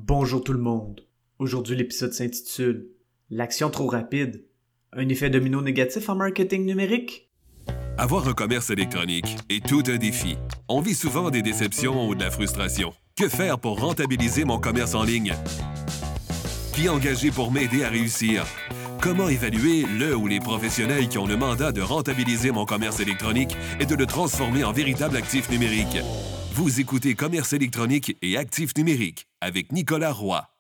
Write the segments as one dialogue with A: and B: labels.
A: Bonjour tout le monde. Aujourd'hui, l'épisode s'intitule « L'action trop rapide, un effet domino négatif en marketing numérique ?»
B: Avoir un commerce électronique est tout un défi. On vit souvent des déceptions ou de la frustration. Que faire pour rentabiliser mon commerce en ligne? Qui engager pour m'aider à réussir? Comment évaluer le ou les professionnels qui ont le mandat de rentabiliser mon commerce électronique et de le transformer en véritable actif numérique? Vous écoutez Commerce électronique et actifs numériques avec Nicolas Roy.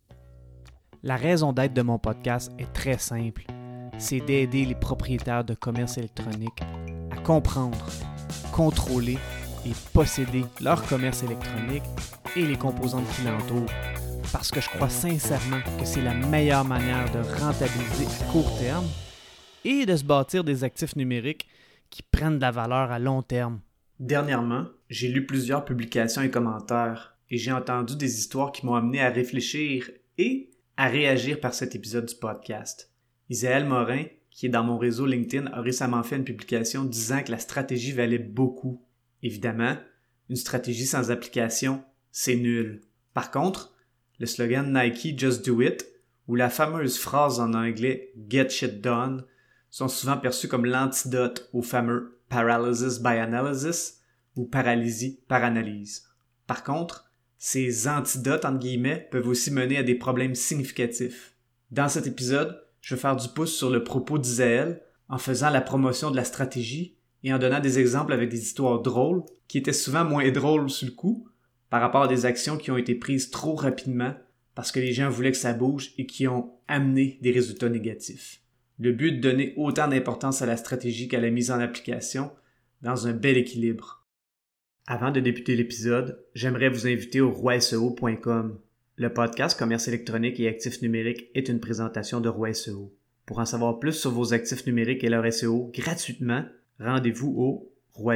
C: La raison d'être de mon podcast est très simple. C'est d'aider les propriétaires de commerce électronique à comprendre, contrôler et posséder leur commerce électronique et les composantes qui l'entourent. Parce que je crois sincèrement que c'est la meilleure manière de rentabiliser à court terme et de se bâtir des actifs numériques qui prennent de la valeur à long terme.
A: Dernièrement, j'ai lu plusieurs publications et commentaires et j'ai entendu des histoires qui m'ont amené à réfléchir et à réagir par cet épisode du podcast. Isaël Morin, qui est dans mon réseau LinkedIn, a récemment fait une publication disant que la stratégie valait beaucoup. Évidemment, une stratégie sans application, c'est nul. Par contre, le slogan Nike Just Do It ou la fameuse phrase en anglais Get Shit Done sont souvent perçus comme l'antidote au fameux Paralysis by Analysis ou paralysie par analyse. Par contre, ces antidotes entre guillemets peuvent aussi mener à des problèmes significatifs. Dans cet épisode, je vais faire du pouce sur le propos d'Isaël en faisant la promotion de la stratégie et en donnant des exemples avec des histoires drôles qui étaient souvent moins drôles sur le coup par rapport à des actions qui ont été prises trop rapidement parce que les gens voulaient que ça bouge et qui ont amené des résultats négatifs. Le but est de donner autant d'importance à la stratégie qu'à la mise en application dans un bel équilibre. Avant de débuter l'épisode, j'aimerais vous inviter au roiseo.com. Le podcast Commerce électronique et actifs numériques est une présentation de Roi SEO. Pour en savoir plus sur vos actifs numériques et leur SEO gratuitement, rendez-vous au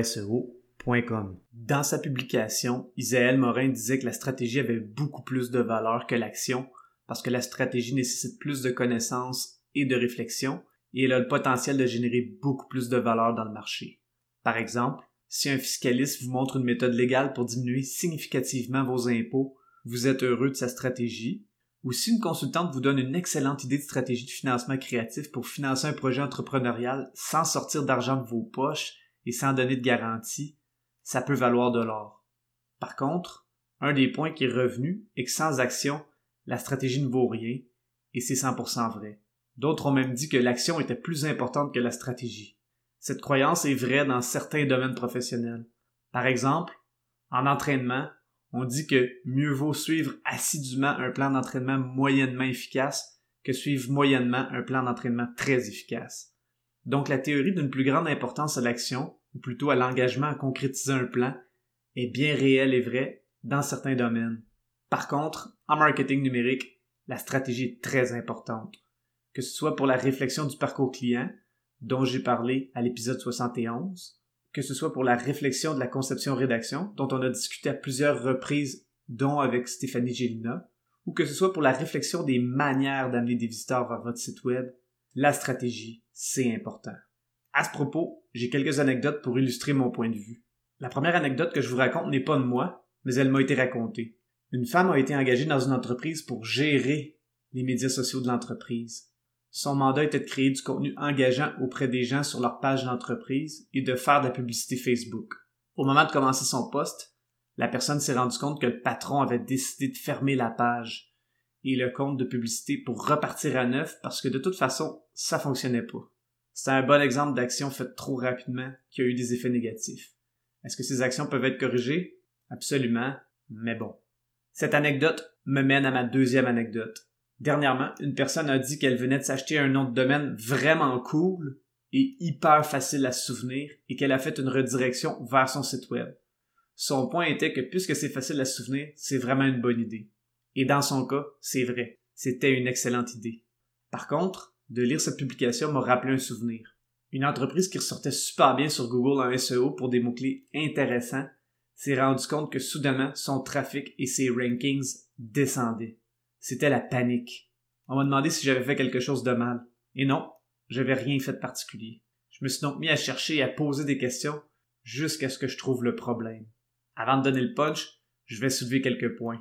A: roiseo.com. Dans sa publication, Isaël Morin disait que la stratégie avait beaucoup plus de valeur que l'action parce que la stratégie nécessite plus de connaissances et de réflexion et elle a le potentiel de générer beaucoup plus de valeur dans le marché. Par exemple, si un fiscaliste vous montre une méthode légale pour diminuer significativement vos impôts, vous êtes heureux de sa stratégie, ou si une consultante vous donne une excellente idée de stratégie de financement créatif pour financer un projet entrepreneurial sans sortir d'argent de vos poches et sans donner de garantie, ça peut valoir de l'or. Par contre, un des points qui est revenu est que sans action, la stratégie ne vaut rien, et c'est 100% vrai. D'autres ont même dit que l'action était plus importante que la stratégie. Cette croyance est vraie dans certains domaines professionnels. Par exemple, en entraînement, on dit que mieux vaut suivre assidûment un plan d'entraînement moyennement efficace que suivre moyennement un plan d'entraînement très efficace. Donc la théorie d'une plus grande importance à l'action, ou plutôt à l'engagement à concrétiser un plan, est bien réelle et vraie dans certains domaines. Par contre, en marketing numérique, la stratégie est très importante. Que ce soit pour la réflexion du parcours client, dont j'ai parlé à l'épisode 71, que ce soit pour la réflexion de la conception-rédaction, dont on a discuté à plusieurs reprises, dont avec Stéphanie Gélina, ou que ce soit pour la réflexion des manières d'amener des visiteurs vers votre site web, la stratégie, c'est important. À ce propos, j'ai quelques anecdotes pour illustrer mon point de vue. La première anecdote que je vous raconte n'est pas de moi, mais elle m'a été racontée. Une femme a été engagée dans une entreprise pour gérer les médias sociaux de l'entreprise. Son mandat était de créer du contenu engageant auprès des gens sur leur page d'entreprise et de faire de la publicité Facebook. Au moment de commencer son poste, la personne s'est rendue compte que le patron avait décidé de fermer la page et le compte de publicité pour repartir à neuf parce que de toute façon, ça fonctionnait pas. C'est un bon exemple d'action faite trop rapidement qui a eu des effets négatifs. Est-ce que ces actions peuvent être corrigées? Absolument, mais bon. Cette anecdote me mène à ma deuxième anecdote. Dernièrement, une personne a dit qu'elle venait de s'acheter un nom de domaine vraiment cool et hyper facile à se souvenir et qu'elle a fait une redirection vers son site web. Son point était que puisque c'est facile à se souvenir, c'est vraiment une bonne idée. Et dans son cas, c'est vrai, c'était une excellente idée. Par contre, de lire cette publication m'a rappelé un souvenir. Une entreprise qui ressortait super bien sur Google en SEO pour des mots-clés intéressants s'est rendu compte que soudainement, son trafic et ses rankings descendaient. C'était la panique. On m'a demandé si j'avais fait quelque chose de mal. Et non, j'avais rien fait de particulier. Je me suis donc mis à chercher et à poser des questions jusqu'à ce que je trouve le problème. Avant de donner le punch, je vais soulever quelques points.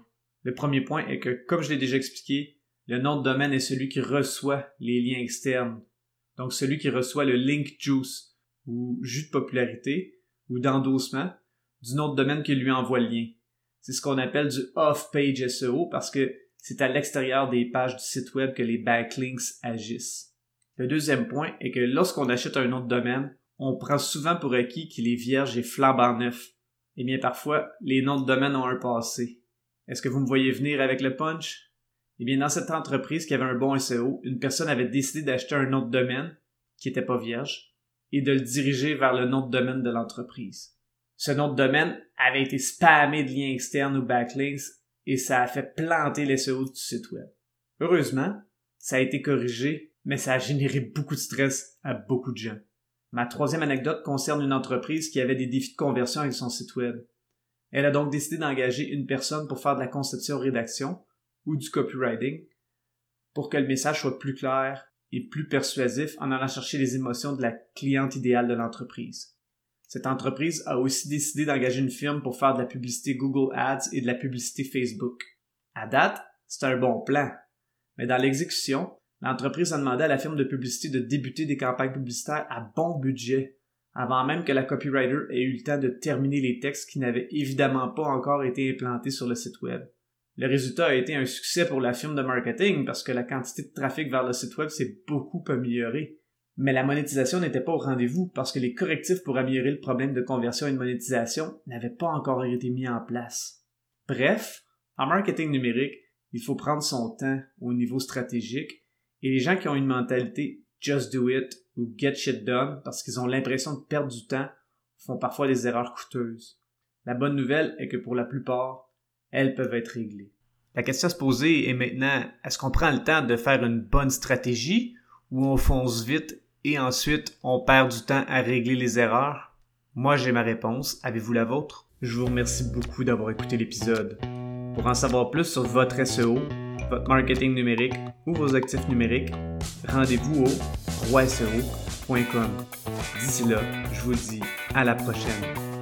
A: Le premier point est que, comme je l'ai déjà expliqué, le nom de domaine est celui qui reçoit les liens externes. Donc celui qui reçoit le link juice, ou jus de popularité, ou d'endossement, du nom de domaine qui lui envoie le lien. C'est ce qu'on appelle du off-page SEO parce que c'est à l'extérieur des pages du site web que les backlinks agissent. Le deuxième point est que lorsqu'on achète un nom de domaine, on prend souvent pour acquis qu'il est vierge et flambant neuf. Eh bien parfois, les noms de domaine ont un passé. Est-ce que vous me voyez venir avec le punch? Eh bien dans cette entreprise qui avait un bon SEO, une personne avait décidé d'acheter un nom de domaine qui n'était pas vierge et de le diriger vers le nom de domaine de l'entreprise. Ce nom de domaine avait été spammé de liens externes ou backlinks et ça a fait planter l'SEO du site web. Heureusement, ça a été corrigé, mais ça a généré beaucoup de stress à beaucoup de gens. Ma troisième anecdote concerne une entreprise qui avait des défis de conversion avec son site web. Elle a donc décidé d'engager une personne pour faire de la conception-rédaction ou du copywriting pour que le message soit plus clair et plus persuasif en allant chercher les émotions de la cliente idéale de l'entreprise. Cette entreprise a aussi décidé d'engager une firme pour faire de la publicité Google Ads et de la publicité Facebook. À date, c'est un bon plan, mais dans l'exécution, l'entreprise a demandé à la firme de publicité de débuter des campagnes publicitaires à bon budget, avant même que la copywriter ait eu le temps de terminer les textes qui n'avaient évidemment pas encore été implantés sur le site web. Le résultat a été un succès pour la firme de marketing parce que la quantité de trafic vers le site web s'est beaucoup améliorée. Mais la monétisation n'était pas au rendez-vous parce que les correctifs pour améliorer le problème de conversion et de monétisation n'avaient pas encore été mis en place. Bref, en marketing numérique, il faut prendre son temps au niveau stratégique et les gens qui ont une mentalité « just do it » ou « get shit done » parce qu'ils ont l'impression de perdre du temps font parfois des erreurs coûteuses. La bonne nouvelle est que pour la plupart, elles peuvent être réglées. La question à se poser est maintenant, est-ce qu'on prend le temps de faire une bonne stratégie ou on fonce vite et ensuite on perd du temps à régler les erreurs? Moi, j'ai ma réponse. Avez-vous la vôtre? Je vous remercie beaucoup d'avoir écouté l'épisode. Pour en savoir plus sur votre SEO, votre marketing numérique ou vos actifs numériques, rendez-vous au roiseo.com. D'ici là, je vous dis à la prochaine.